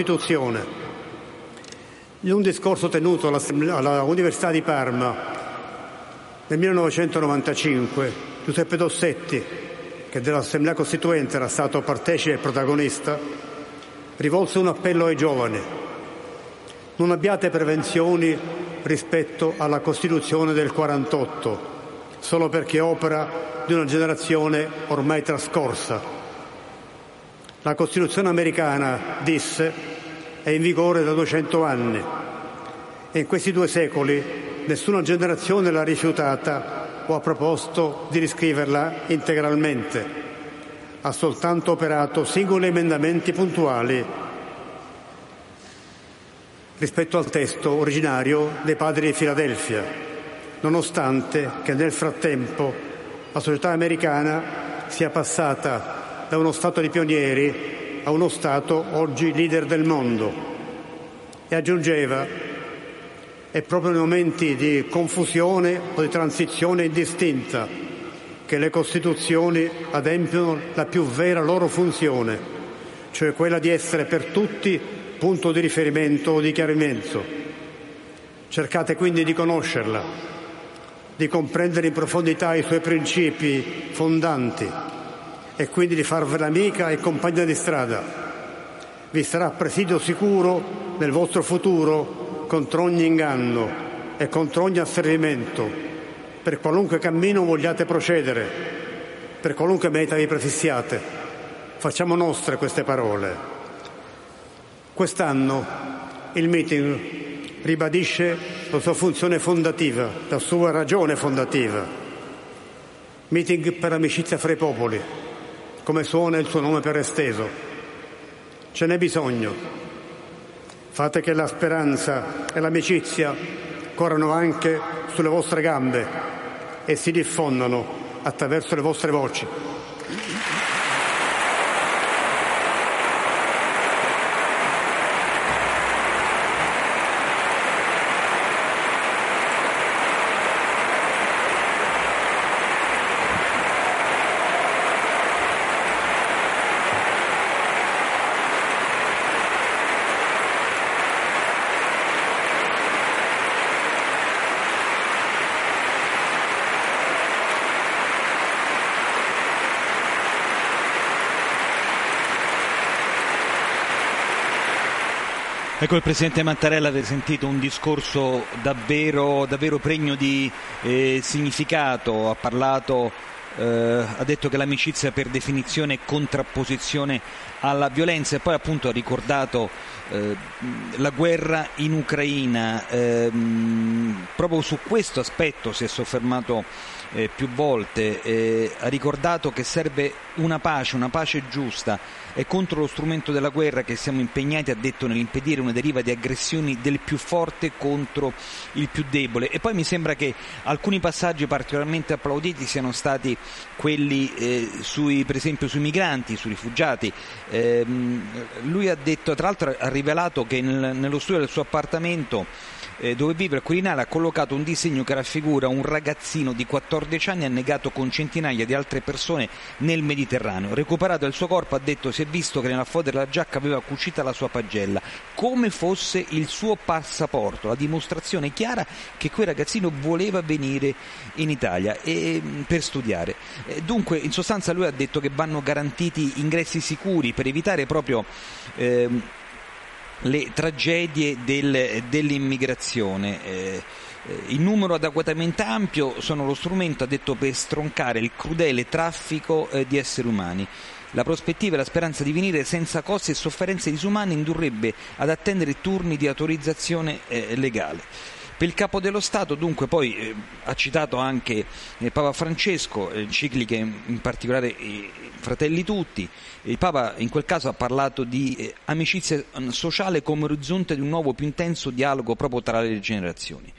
Costituzione. In un discorso tenuto alla Università di Parma nel 1995, Giuseppe Dossetti, che dell'Assemblea Costituente era stato partecipe e protagonista, rivolse un appello ai giovani: non abbiate prevenzioni rispetto alla Costituzione del 48, solo perché opera di una generazione ormai trascorsa. La Costituzione americana, disse, è in vigore da 200 anni e in questi 2 secoli nessuna generazione l'ha rifiutata o ha proposto di riscriverla integralmente. Ha soltanto operato singoli emendamenti puntuali rispetto al testo originario dei Padri di Filadelfia, nonostante che nel frattempo la società americana sia passata da uno Stato di pionieri a uno Stato oggi leader del mondo. E aggiungeva: è proprio nei momenti di confusione o di transizione indistinta che le Costituzioni adempiono la più vera loro funzione, cioè quella di essere per tutti punto di riferimento o di chiarimento. Cercate quindi di conoscerla, di comprendere in profondità i suoi principi fondanti e quindi di farvela amica e compagna di strada. Vi sarà presidio sicuro nel vostro futuro contro ogni inganno e contro ogni asservimento, per qualunque cammino vogliate procedere, per qualunque meta vi prefissiate. Facciamo nostre queste parole. Quest'anno il meeting ribadisce la sua funzione fondativa, la sua ragione fondativa. Meeting per amicizia fra i popoli, come suona il suo nome per esteso. Ce n'è bisogno. Fate che la speranza e l'amicizia corrano anche sulle vostre gambe e si diffondano attraverso le vostre voci. Ecco, il Presidente Mattarella, avete sentito un discorso davvero pregno di significato. Ha parlato, ha detto che l'amicizia per definizione è contrapposizione alla violenza, e poi appunto ha ricordato la guerra in Ucraina. Proprio su questo aspetto si è soffermato più volte. Ha ricordato che serve una pace giusta, e contro lo strumento della guerra che siamo impegnati, ha detto, nell'impedire una deriva di aggressioni del più forte contro il più debole. E poi mi sembra che alcuni passaggi particolarmente applauditi siano stati quelli per esempio sui migranti, sui rifugiati. Lui ha detto, tra l'altro ha rivelato che nello studio del suo appartamento dove vive al Quirinale ha collocato un disegno che raffigura un ragazzino di 14 anni annegato con centinaia di altre persone nel Mediterraneo. Recuperato il suo corpo, ha detto, si è visto che nella foto della giacca aveva cucita la sua pagella, come fosse il suo passaporto, la dimostrazione chiara che quel ragazzino voleva venire in Italia per studiare. Dunque, in sostanza, lui ha detto che vanno garantiti ingressi sicuri per evitare proprio le tragedie dell'immigrazione. Il numero adeguatamente ampio sono lo strumento, ha detto, per stroncare il crudele traffico di esseri umani. La prospettiva e la speranza di venire senza costi e sofferenze disumane indurrebbe ad attendere turni di autorizzazione legale. Per il Capo dello Stato, dunque, poi ha citato anche Papa Francesco, encicliche in particolare Fratelli Tutti. Il Papa in quel caso ha parlato di amicizia sociale come orizzonte di un nuovo più intenso dialogo proprio tra le generazioni.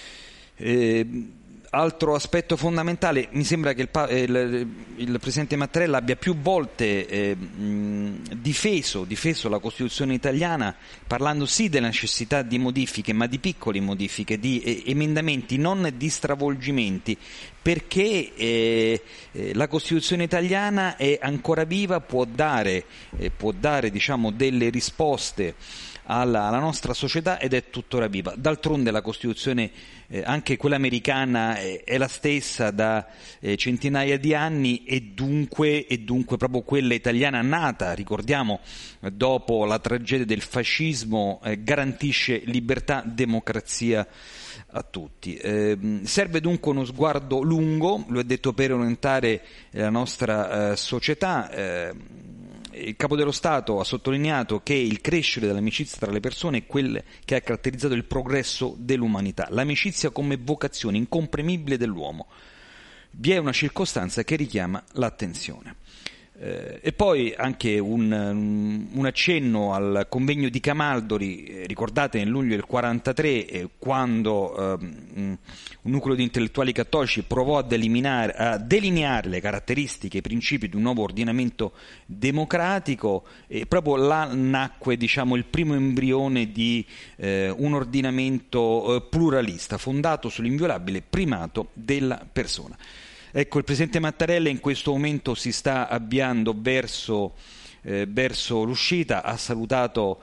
Altro aspetto fondamentale, mi sembra che il Presidente Mattarella abbia più volte difeso la Costituzione italiana, parlando sì della necessità di modifiche, ma di piccole modifiche, di emendamenti, non di stravolgimenti, perché la Costituzione italiana è ancora viva, può dare diciamo delle risposte alla nostra società ed è tuttora viva. D'altronde la Costituzione, anche quella americana, è la stessa da centinaia di anni e dunque proprio quella italiana nata, ricordiamo, dopo la tragedia del fascismo, garantisce libertà, democrazia a tutti. Serve dunque uno sguardo lungo, lo è detto, per orientare la nostra società. Il Capo dello Stato ha sottolineato che il crescere dell'amicizia tra le persone è quel che ha caratterizzato il progresso dell'umanità, l'amicizia come vocazione incomprimibile dell'uomo. Vi è una circostanza che richiama l'attenzione. E poi anche un accenno al convegno di Camaldoli, ricordate nel luglio del 1943, quando un nucleo di intellettuali cattolici provò a delineare le caratteristiche e i principi di un nuovo ordinamento democratico, e proprio là nacque, diciamo, il primo embrione di un ordinamento pluralista fondato sull'inviolabile primato della persona. Ecco, il Presidente Mattarella in questo momento si sta avviando verso l'uscita, ha salutato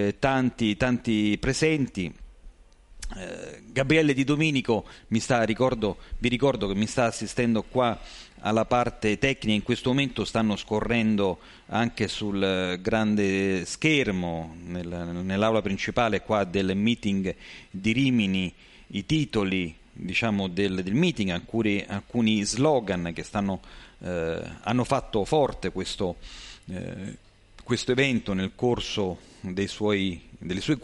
tanti presenti. Gabriele Di Domenico vi ricordo che mi sta assistendo qua alla parte tecnica. In questo momento stanno scorrendo anche sul grande schermo nell'aula principale qua del meeting di Rimini i titoli, diciamo, del meeting, alcuni slogan che hanno fatto forte questo evento nel corso delle sue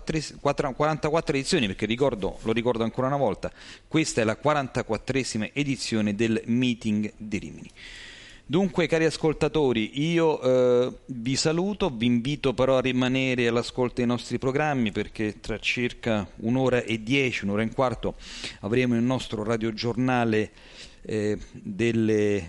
44 edizioni, perché lo ricordo ancora una volta, questa è la 44esima edizione del meeting di Rimini. Dunque, cari ascoltatori, io vi saluto, vi invito però a rimanere all'ascolto dei nostri programmi, perché tra circa un'ora e 10, un'ora e un quarto avremo il nostro radiogiornale delle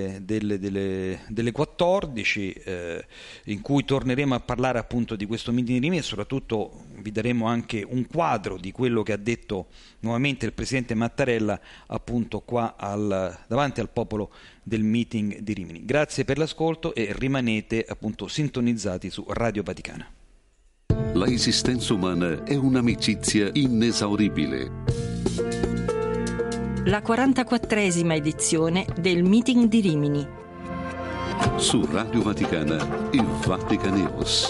14, in cui torneremo a parlare appunto di questo meeting di Rimini, e soprattutto vi daremo anche un quadro di quello che ha detto nuovamente il Presidente Mattarella appunto qua davanti al popolo del meeting di Rimini. Grazie per l'ascolto e rimanete appunto sintonizzati su Radio Vaticana. L'esistenza umana è un'amicizia inesauribile. La 44esima edizione del meeting di Rimini. Su Radio Vaticana, il Vaticanews.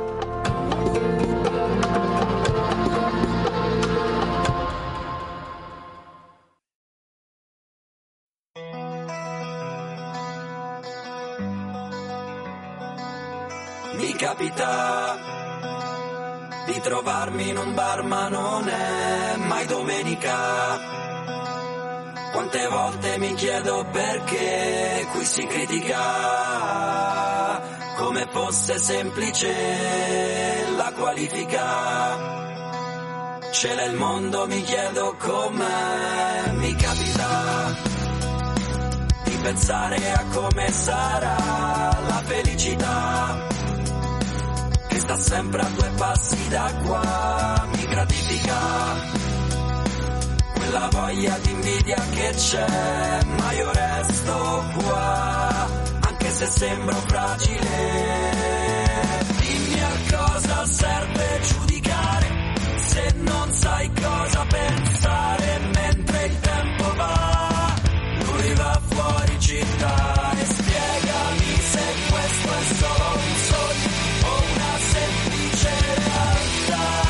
Mi capita di trovarmi in un bar, ma non è mai domenica. Quante volte mi chiedo perché qui si critica come fosse semplice la qualifica. Ce l'è il mondo, mi chiedo com'è. Mi capita di pensare a come sarà la felicità, che sta sempre a 2 passi da qua. Mi gratifica la voglia di invidia che c'è, ma io resto qua, anche se sembro fragile. Dimmi a cosa serve giudicare, se non sai cosa pensare, mentre il tempo va, lui va fuori città. E spiegami se questo è solo un sogno o una semplice realtà.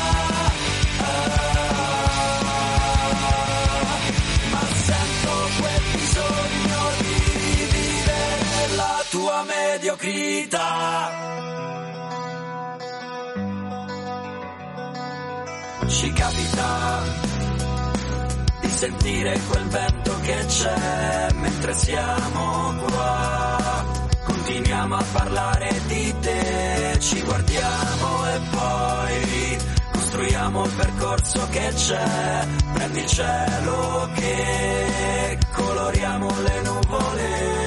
Tua mediocrità. Ci capita di sentire quel vento che c'è mentre siamo qua. Continuiamo a parlare di te, ci guardiamo e poi costruiamo il percorso che c'è. Prendi il cielo che coloriamo le nuvole.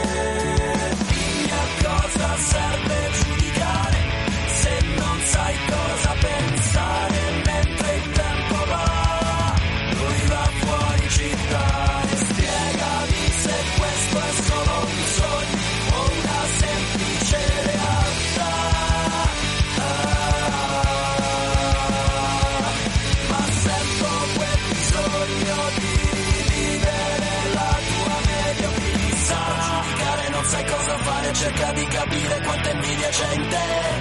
Cosa serve giudicare se non sai cosa pensare, mentre il tempo va, lui va fuori città. E spiegami gente.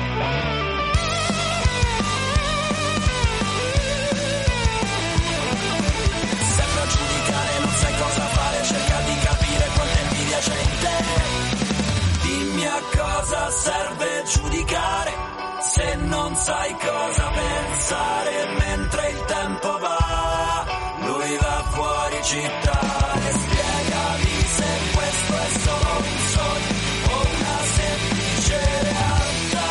Sempre a giudicare, non sai cosa fare, cerca di capire quanta invidia gente. Dimmi a cosa serve giudicare, se non sai cosa pensare, mentre il tempo va, lui va fuori città. E spiegami se questo è solo un sogno o una semplice realtà.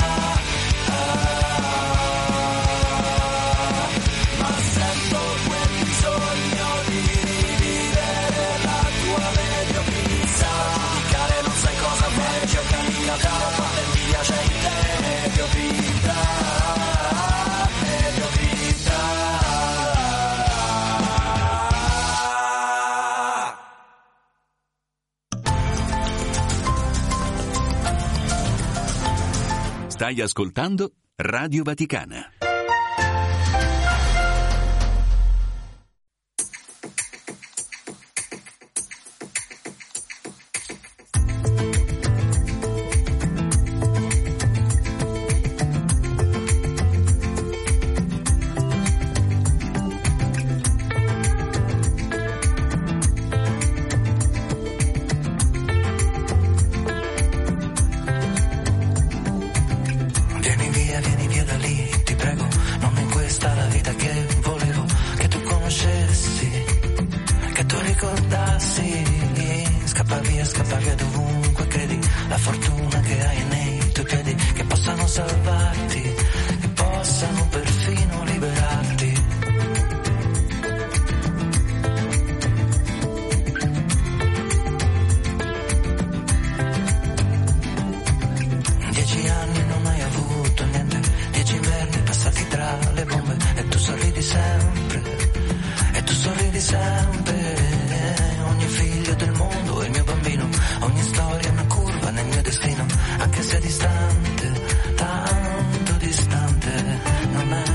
Ma sento quel bisogno di rivivere la tua mediocrità. Giudicare non sai cosa fare, cerca di capire quanta invidia c'è in te. Mediocrità, mediocrità. Stai ascoltando Radio Vaticana. Vieni via da lì, ti prego, non è questa la vita che volevo che tu conoscessi, che tu ricordassi. Scappa via dovunque credi, la fortuna che hai nei tuoi piedi, che possano salvarti, che possano perfino liberarti. Sempre, ogni figlio del mondo è il mio bambino, ogni storia è una curva nel mio destino, anche se distante, tanto distante, non è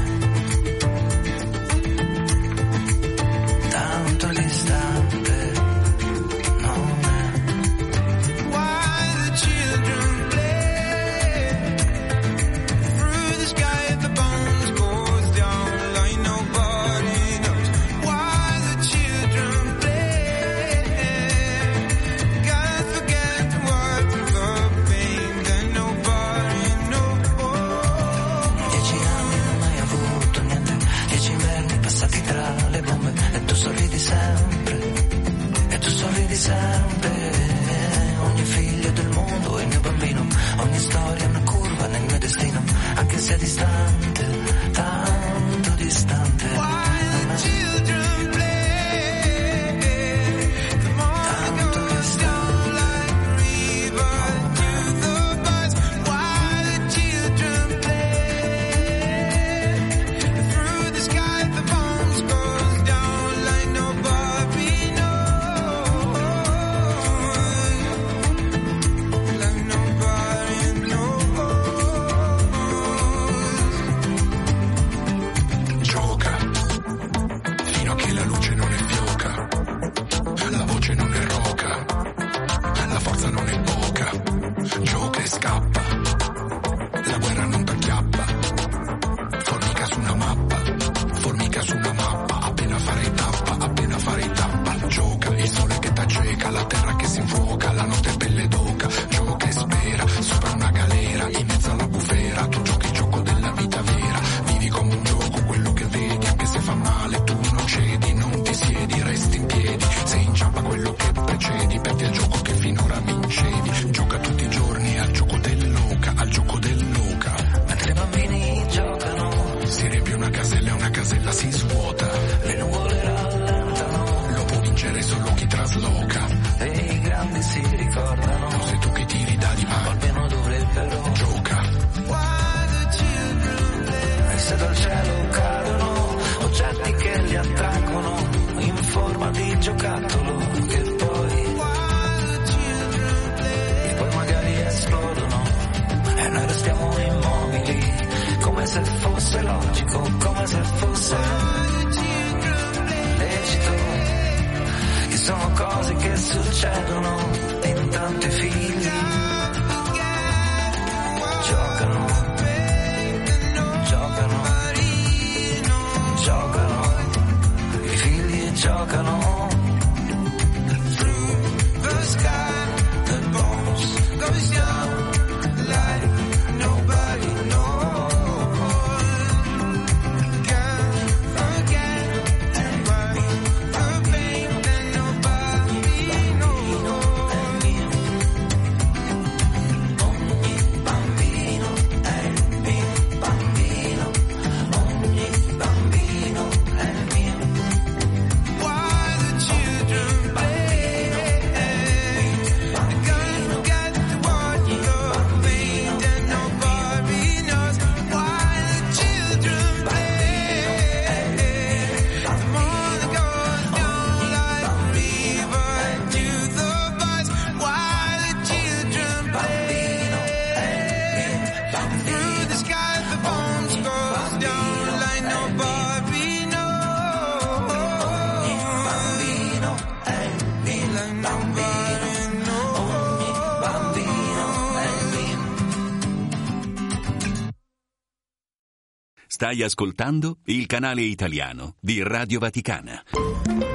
tanto distante, non è. Why the children play through the sky if the bones goes down like nobody knows. Sempre, ogni figlio del mondo è il mio bambino, ogni storia è una curva nel mio destino, anche se è distante, tanto distante. succedono in tanti figli. Stai ascoltando il canale italiano di Radio Vaticana.